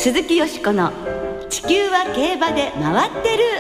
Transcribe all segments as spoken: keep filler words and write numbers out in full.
鈴木よしこの地球は競馬で回ってる。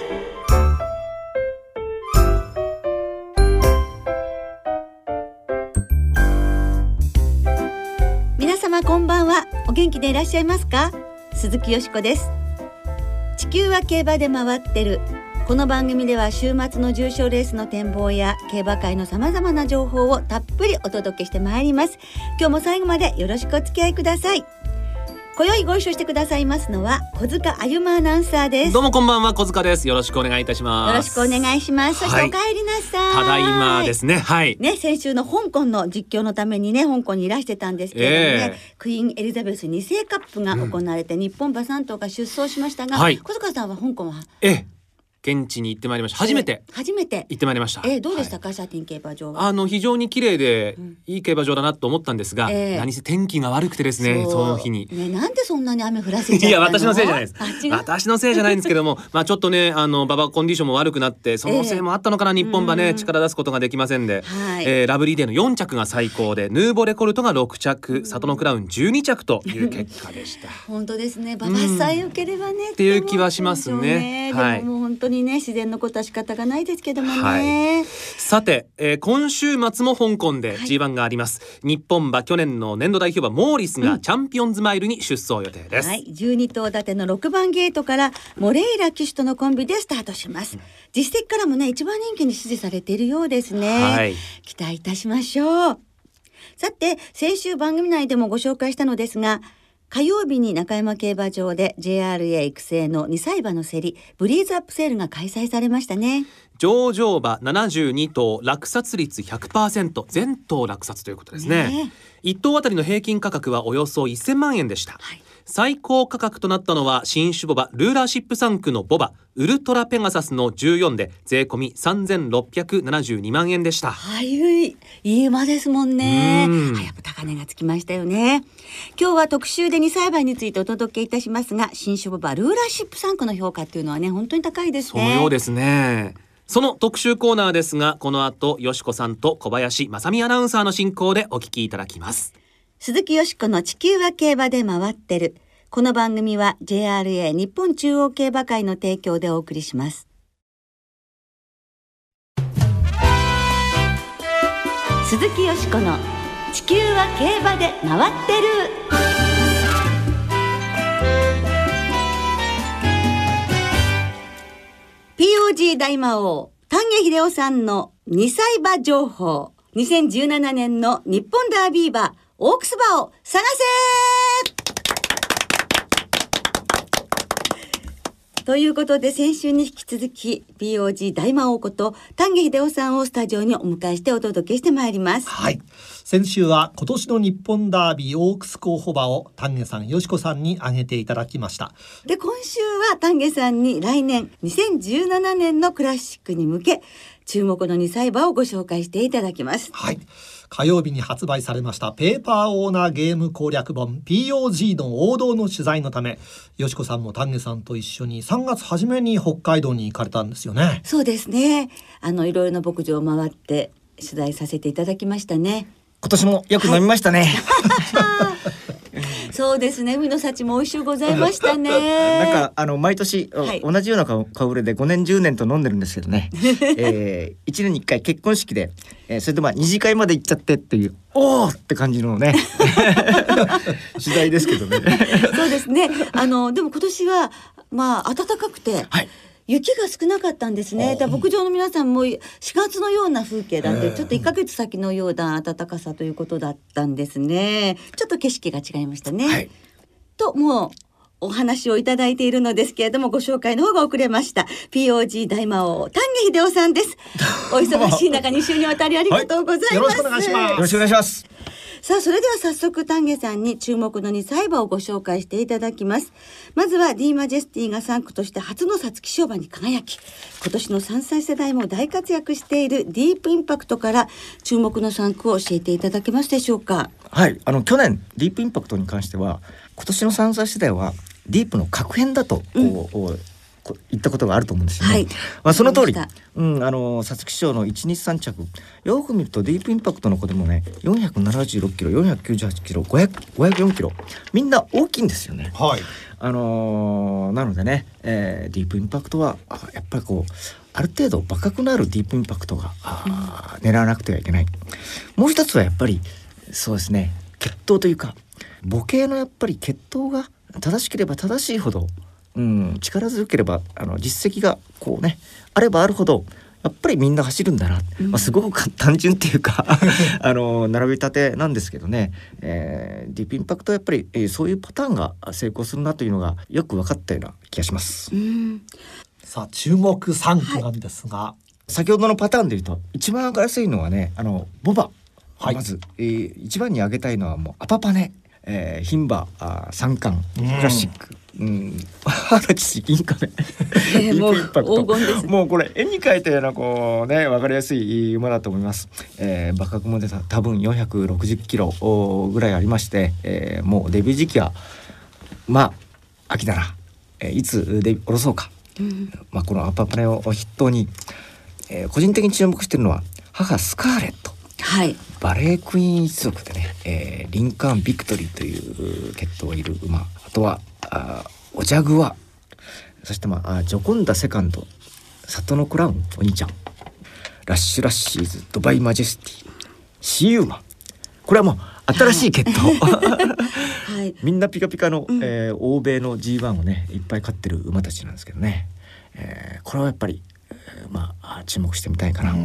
皆様こんばんは。お元気でいらっしゃいますか？鈴木よしこです。地球は競馬で回ってる。この番組では週末の重賞レースの展望や競馬界のさまざまな情報をたっぷりお届けしてまいります。今日も最後までよろしくお付き合いください。今宵ご一緒してくださいますのは小塚あゆまアナウンサーです。 どうもこんばんは、小塚です。よろしくお願いいたします。 よろしくお願いします。そしてお帰りなさい。 ただいまですね。はいね、先週の香港の実況のためにね、香港にいらしてたんですけれどもね、えー、クイーンエリザベスに世カップが行われて、うん、日本馬さん頭が出走しましたが、はい、小塚さんは香港はええ現地に行ってまいりました。初めて初めて行ってまいりました。 えー、どうでしたか、はい、シャティン競馬場は。 あの非常に綺麗で、うん、いい競馬場だなと思ったんですが、えー、何せ天気が悪くてですね、 そ, その日に、 ね、なんでそんなに雨降らせちゃったの？ いや私のせいじゃないです。私のせいじゃないんですけどもまあちょっとね、あの馬場コンディションも悪くなって、そのせいもあったのかな、えー、日本馬ね力出すことができませんで、はい、えー、ラブリーデーのよん着が最高で、ヌーボレコルトがろく着、サトノクラウンじゅうに着という結果でした本当ですね、馬場さえ良ければね、 っていう気はしますね。 はい、でももう本当にね、自然のことは仕方がないですけどもね、はい、 さて、えー、今週末も香港で ジーワン があります、はい、日本馬去年の年度代表馬モーリスがチャンピオンズマイルに出走予定です、うん、はい、じゅうに頭立てのろくばんゲートからモレイラ騎手とのコンビでスタートします、うん、実績からもね一番人気に支持されているようですね、はい、期待いたしましょう。さて、先週番組内でもご紹介したのですが、火曜日に中山競馬場で ジェイアールエー 育成のにさい馬の競り、ブリーズアップセールが開催されましたね。 上場馬ななじゅうに頭、落札率 ひゃくパーセント、 全頭落札ということですね。ね、いっ頭あたりの平均価格はおよそせんまんえんでした、はい、最高価格となったのは新種牡馬ルーラーシップさん区の牡馬ウルトラペガサスのじゅうよんで税込みさんぜんろっぴゃくななじゅうにまんえんでした。 はい、いい馬ですもんね。うん、やっぱ高値がつきましたよね。今日は特集でにさい馬についてお届けいたしますが、新種牡馬ルーラーシップさん区の評価っていうのはね、本当に高いですね。 そのようですね。その特集コーナーですが、この後よしこさんと小林正美アナウンサーの進行でお聞きいただきます。 鈴木よしこの地球は競馬で回ってる。この番組は ジェイアールエー 日本中央競馬会の提供でお送りします。鈴木よしこの地球は競馬で回ってる。ピーオージー 大魔王丹下秀夫さんのにさい馬情報。にせんじゅうななねんの日本ダービー馬オークス馬を探せということで、先週に引き続き ピーオージー 大魔王こと丹下秀夫さんをスタジオにお迎えしてお届けしてまいります。 はい、先週は今年の日本ダービーオークス候補馬を丹下さん、よしこさんに挙げていただきました。 で、今週は丹下さんに来年にせんじゅうななねんのクラシックに向け注目のにさい馬をご紹介していただきます。 はい、火曜日に発売されましたペーパーオーナーゲーム攻略本 ピーオージー の王道の取材のため、よしこさんも丹下さんと一緒にさんがつ初めに北海道に行かれたんですよね。 そうですね、あのいろいろな牧場を回って取材させていただきましたね。 今年もよく飲みましたね、 はい、そうですね、海の幸も美味しゅうございましたね。 なんかあの毎年、はい、同じような顔顔ぶれでごねんじゅうねんと飲んでるんですけどね、えー、いちねんにいっかい結婚式で、えー、それでまあ二次会まで行っちゃってっていう、おーって感じのね取材ですけどね。 そうですね、あのでも今年はまあ暖かくて、はい、雪が少なかったんですね。だ牧場の皆さんもしがつのような風景だって、ちょっといっかげつ先のような暖かさということだったんですね。ちょっと景色が違いましたね、はい、ともうお話をいただいているのですけれども、ご紹介の方が遅れました。 ピーオージー 大魔王丹下秀夫さんです。お忙しい中に週にわたりありがとうございます、はい、よろしくお願いします。 よろしくお願いします。 さあ、それでは早速丹下さんに注目のにさい馬をご紹介していただきます。まずは D マジェスティがさん区として初の皐月賞馬に輝き、今年のさんさい世代も大活躍しているディープインパクトから注目のさん区を教えていただけますでしょうか。 はい、あの去年ディープインパクトに関しては今年のさんさい世代はディープの確変だと、うん、 言ったことがあると思うんですよね、はい、まあ、その通り、うん、あの皐月賞のいち、に、さん着よく見るとディープインパクトの子でもねよんひゃくななじゅうろっキロ、よんひゃくきゅうじゅうはちキロ、ごひゃく、ごひゃくよんキロみんな大きいんですよね、はい、あのー、なのでね、えー、ディープインパクトはやっぱりこうある程度馬鹿のあるディープインパクトが、うん、狙わなくてはいけない。もう一つはやっぱりそうですね、血統というか母系のやっぱり血統が正しければ正しいほど、うん、力強ければあの実績がこうねあればあるほどやっぱりみんな走るんだな、うん、まあ、すごく単純っていうかあの並び立てなんですけどね、えー、ディープインパクトはやっぱり、えー、そういうパターンが成功するなというのがよく分かったような気がします、うん、 さあ注目さん区なんですが、はい、 先ほどのパターンでいうと一番上がりやすいのはねあのボバ、はい、まず、えー、一番に挙げたいのはもうアパパネ、えー、牝馬三冠クラシック、うん、母の父銀亀えー、もう黄金です、 もうこれ絵に描いたようなこうね分かりやすい馬だと思います、えー、馬格も出た多分よんひゃくろくじゅっキロぐらいありまして、えー、もうデビュー時期はまあ秋なら、えー、いつで下ろそうか、うん、まあ、このアパパネを筆頭に、えー、個人的に注目しているのは母スカーレット、はい、バレークイーン一族でね、えー、リンカーンビクトリーという血統がいる馬、あとはあオジャグワ、そしてまあジョコンダセカンド、サトノクラウンお兄ちゃん、ラッシュラッシーズ、ドバイマジェスティ、シーユーマン、これはもう新しい血統、はい、みんなピカピカの、うん、えー、欧米の ジーワン をねいっぱい飼ってる馬たちなんですけどね、えー、これはやっぱり、えー、まあ注目してみたいかな、うん、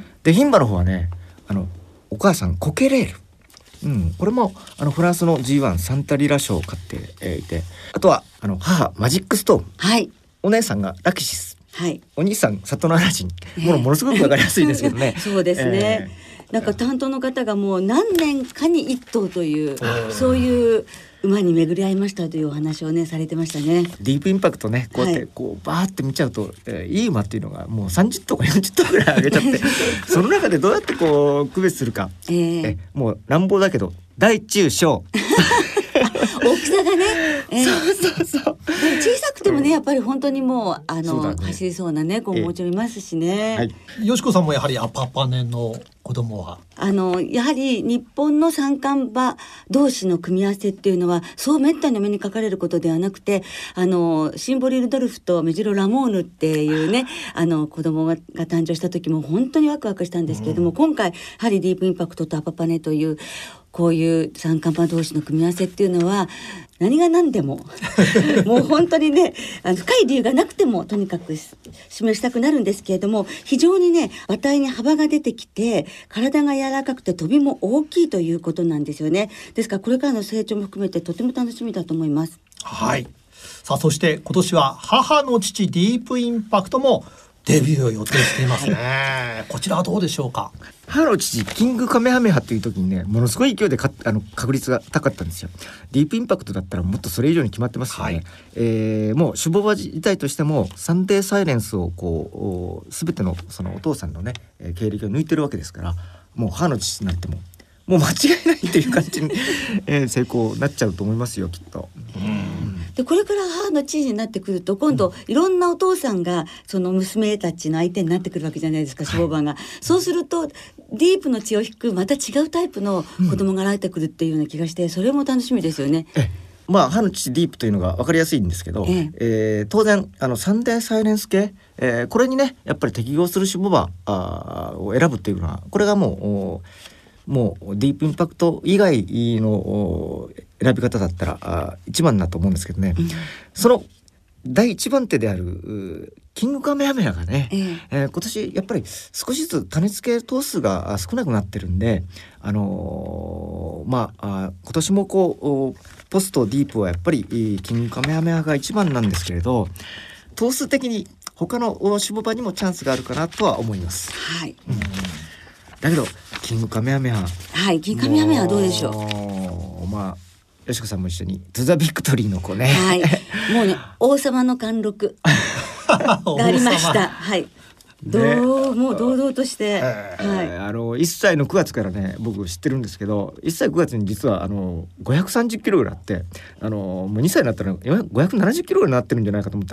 で牝馬の方はねあのお母さんコケレール、うん、これもあのフランスの ジーワン サンタリラ賞を飼って、えー、いて、あとはあの母マジックストーン、はい、お姉さんがラキシス、はい、お兄さんサトノアラジン、えー、ものものすごくわかりやすいですけどねそうですね、えー、なんか担当の方がもう何年かに一頭という、そういう馬に巡り合いましたというお話をねされてましたね。 ディープインパクトねこうやってこうバーって見ちゃうと、えー、いい馬っていうのがもうさんじゅっ頭かよんじゅっ頭ぐらい上げちゃってその中でどうやってこう区別するか、えー、えもう乱暴だけど大中小大きさがね、 えー、そうそうそう、 小さくてもねやっぱり本当にもうあのう、ね、走りそうなねこうもちろんいますしね、 はい、よしこさんもやはりアパパネの子供はあのやはり日本の三冠馬同士の組み合わせっていうのはそうめったにお目にかかれることではなくて、あのシンボリルドルフとメジロラモーヌっていうねあの子供が誕生した時も本当にワクワクしたんですけれども、うん、今回やはりディープインパクトとアパパネというこういう三冠馬同士の組み合わせっていうのは何が何でももう本当にねあの深い理由がなくてもとにかく示したくなるんですけれども、非常にね馬体に幅が出てきて体が柔らかくて飛びも大きいということなんですよね。ですからこれからの成長も含めてとても楽しみだと思います。 はい、さあそして今年は母の父ディープインパクトもデビューを予定していますねこちらはどうでしょうか。 母の父キングカメハメハっていう時にねものすごい勢いでかあの確率が高かったんですよ。ディープインパクトだったらもっとそれ以上に決まってますよね、はい、えー、もう種牡馬自体としてもサンデーサイレンスをこう全てのそのお父さんのね経歴を抜いてるわけですから、もう母の父になってももう間違いないっていう感じに、えー、成功なっちゃうと思いますよきっと。 うんでこれから母の知事になってくると今度いろんなお父さんがその娘たちの相手になってくるわけじゃないですか、種牡馬が、はい、そうするとディープの血を引くまた違うタイプの子供が現れてくるっていうような気がして、うん、それも楽しみですよね。 えまあ母の父ディープというのが分かりやすいんですけど、えええー、当然あのサンデーサイレンス系、えー、これにねやっぱり適合する種牡馬を選ぶっていうのはこれがもうもうディープインパクト以外の選び方だったらあ一番だと思うんですけどね、うん、その第一番手であるキングカメハメハがね、えーえー、今年やっぱり少しずつ種付け頭数が少なくなってるんで、あのー、まあ今年もこうポストディープはやっぱりキングカメハメハが一番なんですけれど、頭数的に他の種牡馬にもチャンスがあるかなとは思います。 はい、 うんだけどキングカメハメハはいキングカメハメハどうでしょう。まあよしこさんも一緒にトゥザビクトリーの子ね、 はい、もうね王様の貫禄がありましたはいどう、ね、もう堂々として、 えーはい、あのいっさいのくがつからね僕知ってるんですけど、いっさいくがつに実はあのごひゃくさんじゅっキロぐらいあって、あのもうにさいになったらごひゃくななじゅっキロぐらいになってるんじゃないかと思ったら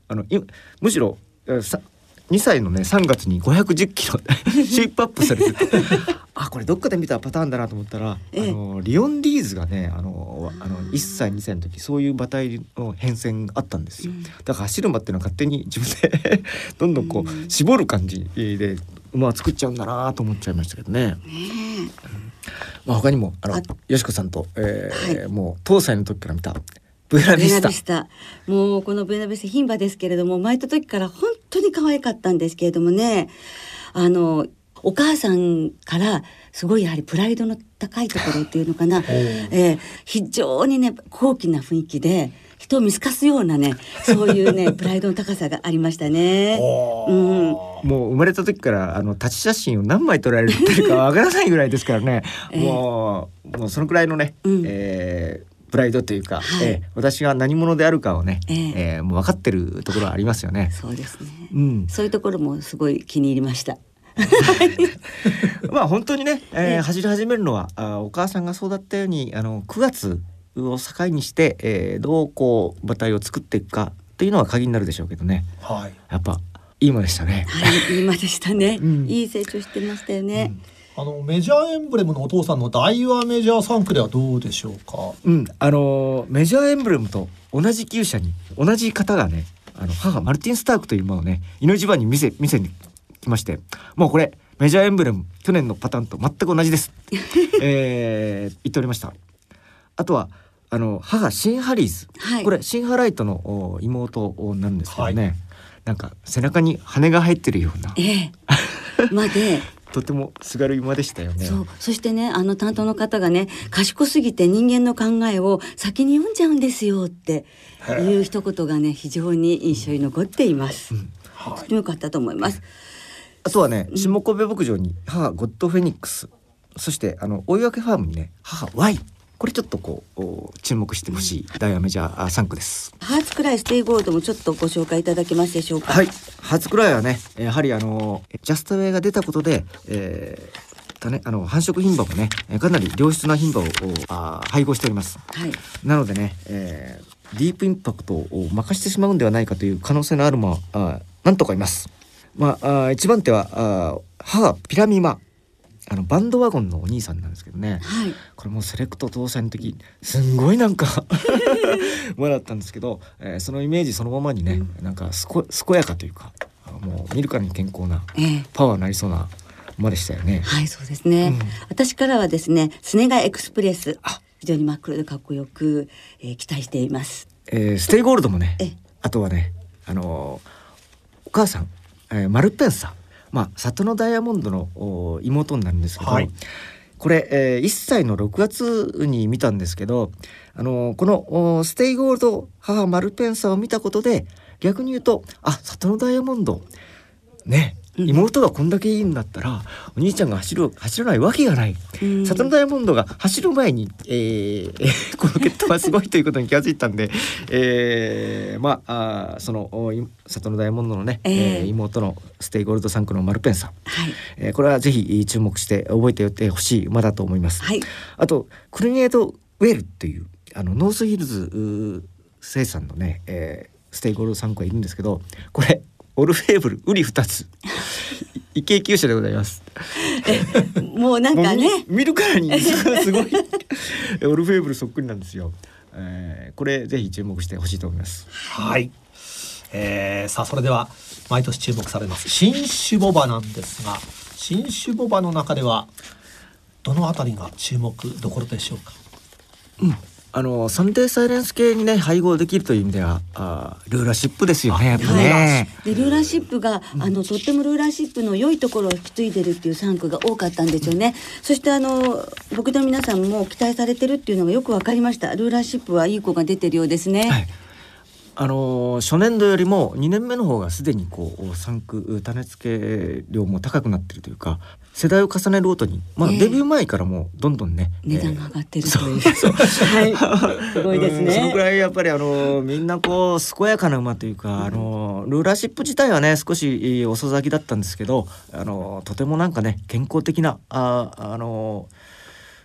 あのむしろさにさいのねさんがつにごひゃくじゅっキロシェイプアップされててあこれどっかで見たパターンだなと思ったら、ええ、あのリオン・ディーズがねあのあのいっさいにさいの時そういう馬体の変遷があったんですよ、うん、だから走る馬っていうのは勝手に自分でどんどんこう、うん、絞る感じで馬を作っちゃうんだなと思っちゃいましたけどね、ねうんまあ、他にもあのよしこさんと、えーはい、もう東西の時から見たブエナビスタ。 ブエナビスタもうこのブエナビスタ牝馬ですけれども生まれた時から本当に可愛かったんですけれどもねあのお母さんからすごいやはりプライドの高いところっていうのかな、えー、非常にね高貴な雰囲気で人を見透かすようなねそういうねプライドの高さがありましたね、うん、 もう生まれた時からあの立ち写真を何枚撮られてるかわからないぐらいですからね、えー、もう、もうそのくらいのね、うんえープライドというか、はいえー、私が何者であるかをね、えーえー、もう分かってるところはありますよね、はい、 そうですね、うん、そういうところもすごい気に入りましたまあ本当にね、えー、走り始めるのはあお母さんがそうだったようにあのくがつを境にして、えー、どうこう馬体を作っていくかっていうのは鍵になるでしょうけどね、はい、やっぱいい馬でしたね、 はい、いい馬でしたね、うん、いい成長してましたよね、うんあのメジャーエンブレムのお父さんの大和メジャーさん区ではどうでしょうか。 うん、あのメジャーエンブレムと同じ厩舎に同じ方がね、あの母マルティン・スタークという馬をね、井の一番に見せ見せに来まして、もうこれメジャーエンブレム去年のパターンと全く同じです、えー、言っておりました。あとはあの母シン・ハリーズ、はい、これシン・ハライトの妹なんですけどね、はい、なんか背中に羽が生えてるような、ええ、 までとてもすがる馬でしたよね。 そう、そしてねあの担当の方がね賢すぎて人間の考えを先に読んじゃうんですよっていう一言がね非常に印象に残っています、うんはい、とても良かったと思います。 あとはね下神戸牧場に母ゴッドフェニックス、そしてあの追分ファームにね母ワイ、これちょっとこう注目してほしい大和メジャーさん区です。 ハーツクライステイゴールドもちょっとご紹介いただけますでしょうか。 はい、ハーツクライはねやはりあのジャストウェイが出たことで、えーね、あの繁殖牝馬もねかなり良質な牝馬をあ配合しております、はい、なのでね、えー、ディープインパクトを任してしまうんではないかという可能性のある馬はあなんとかいます。まあ、あ一番手はあ母ピラミマ、あのバンドワゴンのお兄さんなんですけどね、はい、これもセレクト搭載の時すんごいなんか馬だったんですけど、えー、そのイメージそのままにね、うん、なんかすこ健やかというかもう見るからに健康な、えー、パワーになりそうな馬でしたよね。 はい、そうですね、うん、私からはですねスネガエクスプレス、非常に真っ黒でかっこよく、えー、期待しています、 えー、ステイゴールドもね、あとはねあのー、お母さん、えー、マルペンサ、まあ、里のダイヤモンドの妹になるんですけど、はい、これ、えー、いっさいのろくがつに見たんですけど、あのー、このステイゴールド母マルペンサを見たことで逆に言うと、あ、里のダイヤモンドね、妹がこんだけいいんだったら、うん、お兄ちゃんが走る走らないわけがない、うん、里のダイヤモンドが走る前に、えー、この決闘はすごいということに気がついたんで、えー、まあ、あその里のダイヤモンドのね、えーえー、妹のステイゴールドさん区のマルペンサ、はい、えー、これはぜひ注目して覚えておいてほしい馬だと思います、はい、あとクルニエード・ウェルっていうあのノースヒルズ生産のね、えー、ステイゴールドさん区がいるんですけど、これオルフェーブルウリふたつイケイケ車でございますもうなんかね見, 見るからにすごいオルフェーブルそっくりなんですよ、えー、これぜひ注目してほしいと思います。 はい、えー、さあそれでは毎年注目されます新種牡馬なんですが、新種牡馬の中ではどのあたりが注目どころでしょうか。 うん、あのサンデーサイレンス系にね配合できるという意味ではあルーラーシップですよね、やっぱね、 はい、でルーラーシップが、うん、あのとってもルーラーシップの良いところを引き継いでるっていうさん区が多かったんですよね、うん、そしてあの僕の皆さんも期待されてるっていうのがよく分かりました。ルーラーシップはいい子が出てるようですね、はい、 あの初年度よりもにねんめの方がすでにこうさん区種付け量も高くなってるというか、世代を重ねるごとに、まあ、デビュー前からもうどんどんね、 えー、値段が上がってるという、そうはい、すごいですね。 そのくらいやっぱりあのみんなこう健やかな馬というか、うん、あのルーラーシップ自体はね少し遅咲きだったんですけど、あのとてもなんかね健康的なああの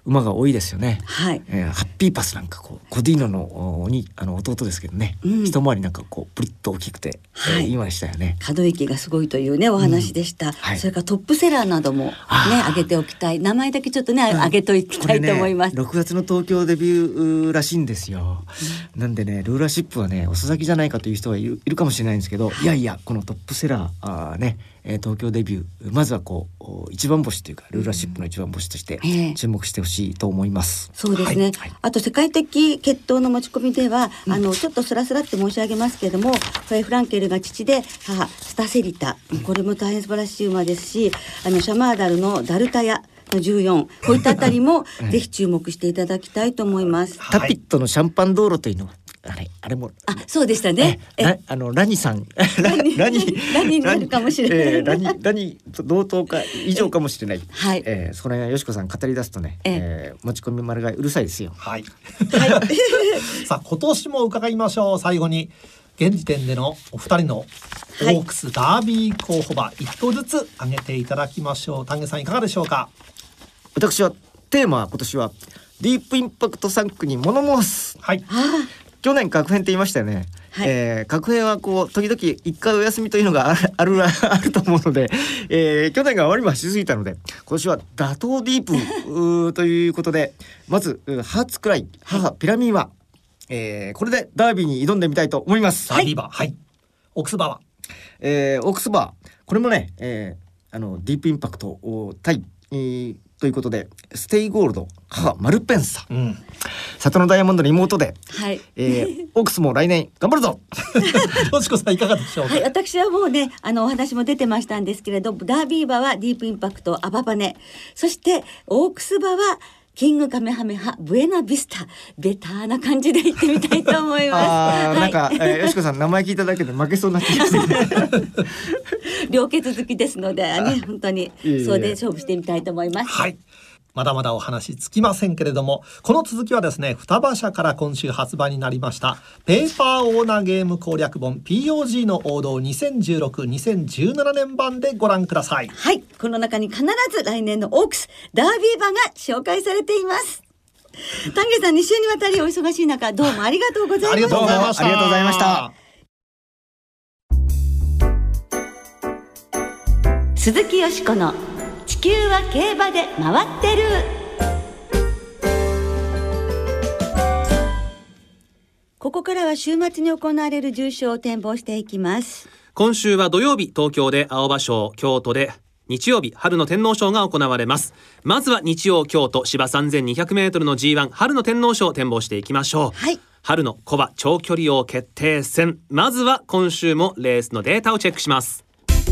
馬が多いですよね。 はい、 えー、ハッピーパスなんかこうコディーノのおにあの弟ですけどね、うん、一回りなんかこうプリッと大きくて、はい、えー、いい馬でしたよね。 可動域がすごいというねお話でした、うん、はい、それからトップセラーなどもね挙げておきたい。名前だけちょっとね挙げておきたいと思います、 ね、ろくがつの東京デビューらしいんですよ、うん、なんでねルーラーシップはね遅咲きじゃないかという人はいる、いるかもしれないんですけど、はい、いやいやこのトップセラーあーね東京デビューまずはこう一番星というかルーラーシップの一番星として注目してほしいと思います、 えー、そうですね、はい、あと世界的血統の持ち込みでは、うん、あのちょっとスラスラって申し上げますけれども、フレフランケルが父で母スタセリタ、これも大変素晴らしい馬ですし、あのシャマーダルのダルタヤのじゅうよん、こういったあたりもぜひ注目していただきたいと思います、 はい、タピットのシャンパン道路というのはあれあれもあそうでしたね。 えあのラニさんラニラニラニになるかもしれない、 えー、ラニラニと同等か以上かもしれない。はい、えー、それがよしこさん語り出すとね、えー、持ち込み丸がうるさいですよ。 はい。はい、さあ今年も伺いましょう。最後に現時点でのお二人のオークスダービー候補馬一頭ずつ挙げていただきましょう。丹下さんいかがでしょうか。 私はテーマは今年はディープインパクトさん区に物申す。はい。去年確変って言いましたよね、はい、えー、確変はこう時々一回お休みというのがあるある、あると思うので、えー、去年があまりにも走りすぎたので今年は打倒ディープということでまずハーツクライ母ピラミーは、えー、これでダービーに挑んでみたいと思います。 ダービー馬、はい、オークス馬は、 えー、オークス馬これもね、えー、あのディープインパクト対、えーということでステイゴールド母マルペンサ、うん、里のダイヤモンドの妹で、はい、えー、オークスも来年頑張るぞよしこさんいかがでしょうか。 はい、私はもうねあのお話も出てましたんですけれど、ダービー馬はディープインパクトアババネ、そしてオークス馬はキングカメハメハブエナビスタ、ベターな感じで行ってみたいと思います。 あ、はい、なんか、えー、よしこさん名前聞いただけで負けそうになってきましたね両血好きですのでね本当にそうで勝負してみたいと思います。 はい、まだまだお話つきませんけれども、この続きはですね双葉社から今週発売になりましたペーパーオーナーゲーム攻略本 ピーオージー の王道にせんじゅうろく、にせんじゅうななねん版でご覧ください。 はい、この中に必ず来年のオークスダービー馬が紹介されています。丹下さんに週にわたりお忙しい中どうもありがとうございました。 ありがとうございました。 ありがとうございました。 鈴木よしこの地球は競馬で回ってる。ここからは週末に行われる重賞を展望していきます。 今週は土曜日東京で青葉賞、京都で日曜日春の天皇賞が行われます。まずは日曜京都芝 さんぜんにひゃくメートル の ジーワン 春の天皇賞を展望していきましょう。はい、春の小馬長距離王決定戦、まずは今週もレースのデータをチェックします。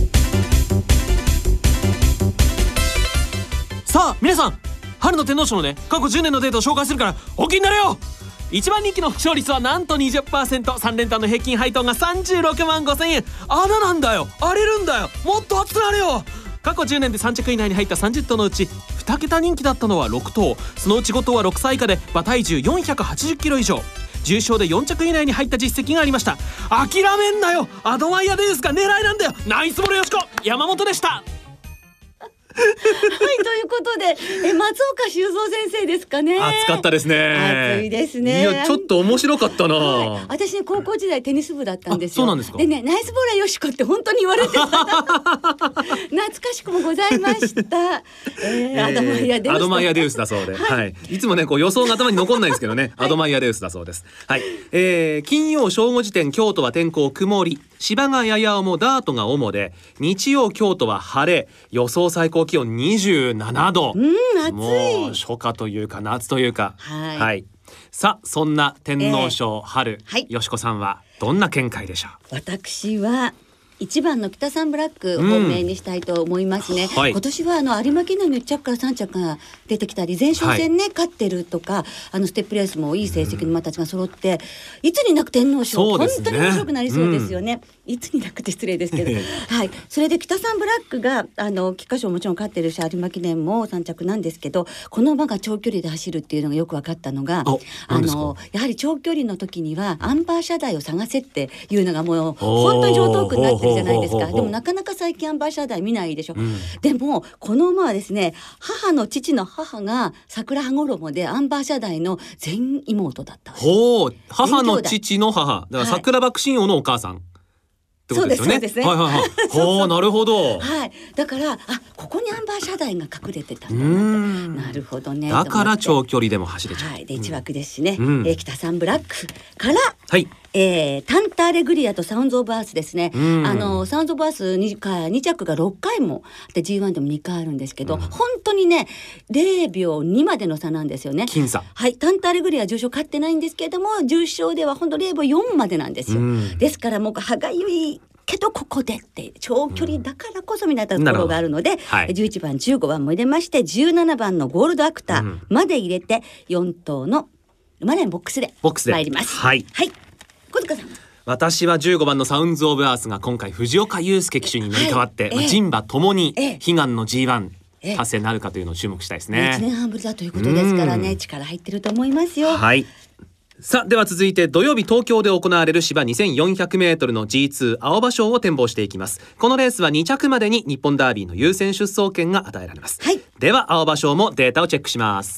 さあ皆さん、春の天皇賞のね過去じゅうねんのデータを紹介するからお気になれよ。いちばん人気の勝率はなんと にじゅっパーセント、 さん連単の平均配当がさんじゅうろくまんごせんえん。穴なんだよ、荒れるんだよ、もっと熱くなれよ。過去じゅうねんでさん着以内に入ったさんじゅっ頭のうちに桁人気だったのはろく頭、そのうちご頭はろくさい以下で馬体重よんひゃくはちじゅっキロ以上、重賞でよん着以内に入った実績がありました。諦めんなよ、アドマイヤデウスが狙いなんだよ。ナイスボレよしこ、山本でしたはい、ということでえ松岡修造先生ですかね。 暑かったですね。 暑いですね。 いやちょっと面白かったな、 はい、私ね高校時代テニス部だったんですよ。 そうなんですか。 でねナイスボーラーよしこって本当に言われてた懐かしくもございました、えー、アドマイヤデウスアドマイヤデウスだそうで、はいはい、いつもねこう予想が頭に残んないんですけどね、はい、アドマイヤデウスだそうです。はい、えー、金曜正午時点京都は天候曇り、芝がやや重、ダートが主で、日曜京都は晴れ、予想最高気温にじゅうななど、 うん、暑い。 もう初夏というか夏というか、はい、はい、さあそんな天皇賞、えー、春、はい、よしこさんはどんな見解でしょう。 私はいちばんの北サンブラック本命にしたいと思いますね、うん、はい、今年はあの有馬記念のいっ着からさん着が出てきたり前哨戦ね、はい、勝ってるとか、あのステップレースもいい成績の馬たちが揃って、うん、いつになく天皇賞、ね、本当に面白くなりそうですよね、うん、いつになくって失礼ですけどはい、それで北サンブラックがあの菊花賞もちろん勝ってるし有馬記念もさん着なんですけど、この馬が長距離で走るっていうのがよく分かったのが、あのやはり長距離の時にはアンバー車台を探せっていうのがもう本当に上等句になってるじゃないですか。 ほうほうほうほうでもなかなか最近アンバーシャダイ見ないでしょ、 うん、 でもこの馬はですね、母の父の母が桜羽衣でアンバーシャダイの全妹だったわけです。 ほう、母の父の母だから桜爆心王のお母さん、はいってことですよね。 そうですそうですね。 はいはいはい。ほう、なるほど。 はい。だからあここにアンバーシャダイが隠れてたんだな。なるほどね。 だから長距離でも走れちゃう。 はい。で一枠ですしね。 うん、 えー、北サンブラックから、 はい。 えー、タンターレグリアとサウンズオブアースですね。 うん、 あのサウンズオブアース に, に着がろっかいもで ジーワン でもにかいあるんですけど、うん、本当にねゼロびょうにまでの差なんですよね。 僅差。 はい。タンターレグリア重賞勝ってないんですけれども、重賞では本当ゼロびょうよんまでなんですよ。うん、ですからもう歯がゆいけどここでって長距離だからこそみたいなところがあるので、うん、はい、じゅういちばんじゅうごばんも入れましてじゅうななばんのゴールドアクターまで入れてよん頭の馬連ボックスで参ります。 はい、 はい、小塚さん。 私はじゅうごばんのサウンズオブアースが今回藤岡祐介騎手に乗り換わって、はい、まあ、人馬ともに悲願の ジーワン 達成なるかというのを注目したいですね。 いちねんはんぶりだということですからね、力入ってると思いますよ。 はい。さあでは続いて土曜日東京で行われる芝 にせんよんひゃくメートル の ジーツー 青葉賞を展望していきます。このレースはに着までに日本ダービーの優先出走権が与えられます、はい、では青葉賞もデータをチェックします。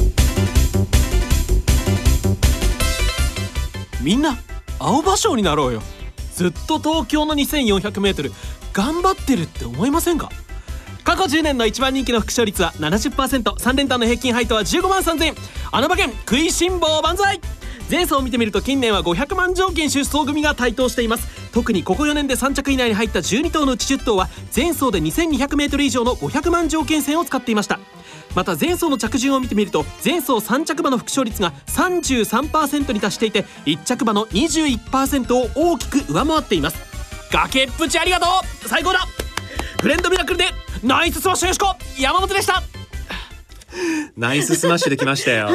みんな青葉賞になろうよ。ずっと東京の にせんよんひゃくメートル 頑張ってるって思いませんか？過去じゅうねんの一番人気の副賞率は ななじゅっパーセント、 さん連単の平均配当はじゅうごまんさんぜんえん。穴場県食いしん坊万歳。前走を見てみると近年はごひゃくまん条件出走組が台頭しています。特にここよねんでさん着以内に入ったじゅうに頭のうちじゅっ頭は前走で にせんにひゃくメートル 以上のごひゃくまん条件線を使っていました。また前走の着順を見てみると前走さん着馬の副賞率が さんじゅうさんパーセント に達していていち着馬の にじゅういちパーセント を大きく上回っています。崖っぷちありがとう、最高だ。フレンドミラクルでナイススマッシュよしこ、山本でした。 ナイススマッシュできましたよ。 はい、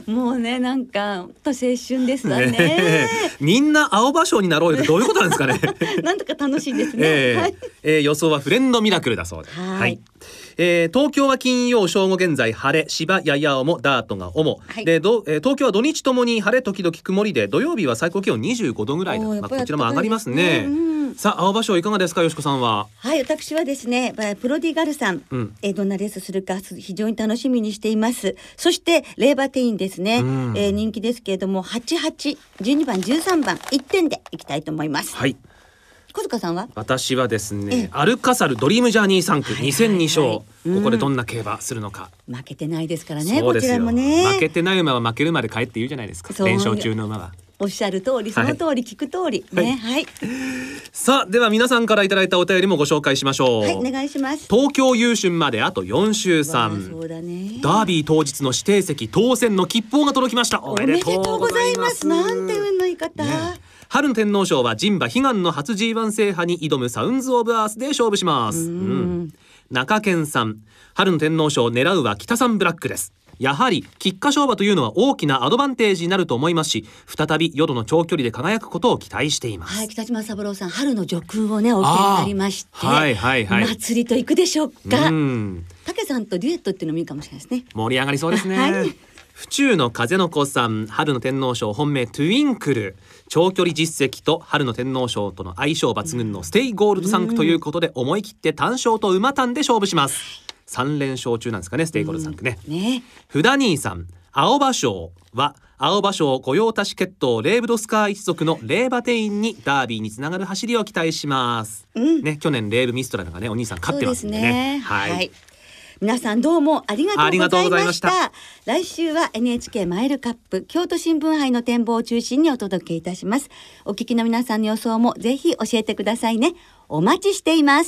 もうねなんかと青春ですわね。 ねみんな青葉賞になろうよってどういうことなんですかね。 なんとか楽しいですね。 えーはい、 えー、予想はフレンドミラクルだそうです。 はい、 はい、えー、東京は金曜正午現在晴れ、芝やや重ダートが主、はい、でど、えー、東京は土日ともに晴れ時々曇りで土曜日は最高気温にじゅうごどぐらいだ、まあ、こちらも上がりますね。うん、さあ青葉賞いかがですか、よしこさんは。 はい、私はですねプロディガルさん、うん、えー、どんなレースするか非常に楽しみにしています。そしてレーバーテインですね、うん、えー、人気ですけれどもはちはち、じゅうにばん、じゅうさんばんいってんでいきたいと思います。 はい、 小塚さんは。 私はですねアルカサルドリームジャーニーさん区にせんに勝、ここでどんな競馬するのか、 うん、負けてないですからね。こちらもね負けてない馬は負けるまで帰って言うじゃないですか、連勝中の馬は。 おっしゃる通り、その通り、聞く通り、はい、ね、はい。 さあでは皆さんからいただいたお便りもご紹介しましょう。 はい、お願いします。 東京優春まであとよん週さん、 そうだね、 ダービー当日の指定席当選の切符が届きました。おめでとうございます。 なんて運の言い方、ね、 春の天皇賞は人馬悲願の初 ジーワン 制覇に挑むサウンズオブアースで勝負します。うん、うん、中堅さん、春の天皇賞を狙うは北サンブラックです。やはり菊花賞馬というのは大きなアドバンテージになると思いますし、再び淀の長距離で輝くことを期待しています。 はい、北島三郎さん、春の叙空をねお受けになりまして、 はいはいはい、 祭りと行くでしょうか。竹さんとデュエットっていうのもいいかもしれないですね。 盛り上がりそうですね。はい、府中の風の子さん、春の天皇賞本命トゥインクル、長距離実績と春の天皇賞との相性抜群のステイゴールドさん区ということで、思い切って単勝と馬単で勝負します。さん連勝中なんですかね、ステイゴールドさん区ね。ね、フダニーさん、青葉賞は青葉賞御用達血統レーブドスカー一族のレーバテインにダービーにつながる走りを期待します、うん、ね、去年レーブミストラルがねお兄さん勝ってますんでね。そうですね、はい、はい、皆さんどうもありがとうございました。来週は エヌエイチケー マイルカップ京都新聞杯の展望を中心にお届けいたします。お聞きの皆さんの予想もぜひ教えてくださいね。お待ちしています。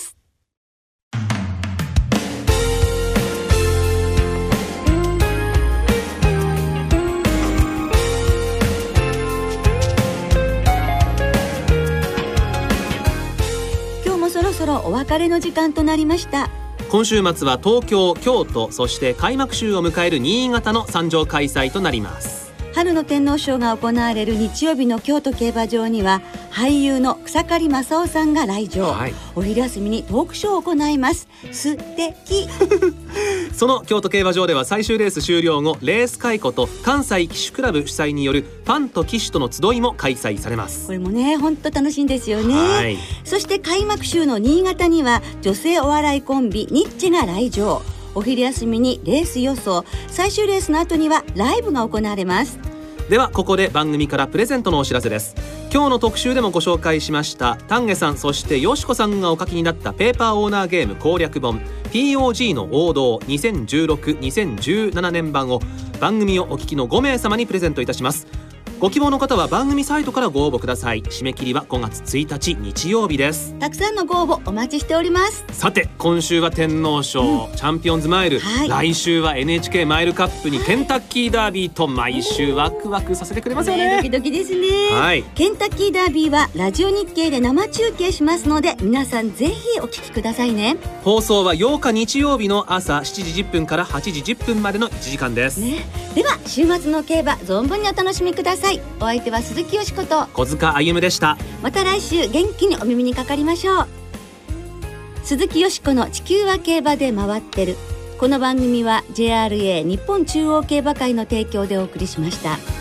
そろそろお別れの時間となりました。 今週末は東京、京都、そして開幕週を迎える新潟のさん場開催となります。 春の天皇賞が行われる日曜日の京都競馬場には俳優の草刈正雄さんが来場、はい、お昼休みにトークショーを行います。素敵その京都競馬場では最終レース終了後、レース回顧と関西騎手クラブ主催によるファンと騎手との集いも開催されます。 これもね本当楽しいんですよね、はい、そして開幕週の新潟には女性お笑いコンビニッチェが来場。お昼休みにレース予想、最終レースの後にはライブが行われます。 ではここで番組からプレゼントのお知らせです。今日の特集でもご紹介しました丹下さんそしてよしこさんがお書きになったペーパーオーナーゲーム攻略本 ピーオージー の王道にせんじゅうろく、にせんじゅうななねん版を番組をお聞きのごめいさまにプレゼントいたします。ご希望の方は番組サイトからご応募ください。締め切りはごがつついたち日曜日です。 たくさんのご応募お待ちしております。 さて今週は天皇賞、うん、チャンピオンズマイル、はい、来週は エヌエイチケー マイルカップにケンタッキーダービーと毎週ワクワクさせてくれますよね。 ねドキドキですね、 はい、 ケンタッキーダービーはラジオ日経で生中継しますので皆さんぜひお聞きくださいね。 放送はようか日曜日の朝しちじじゅっぷんからはちじじゅっぷんまでのいちじかんです、 ね、では週末の競馬存分にお楽しみください。お相手は鈴木よしこと小塚あゆむでした。 また来週元気にお耳にかかりましょう。鈴木よしこの地球は競馬で回ってる。この番組は ジェイアールエー 日本中央競馬会の提供でお送りしました。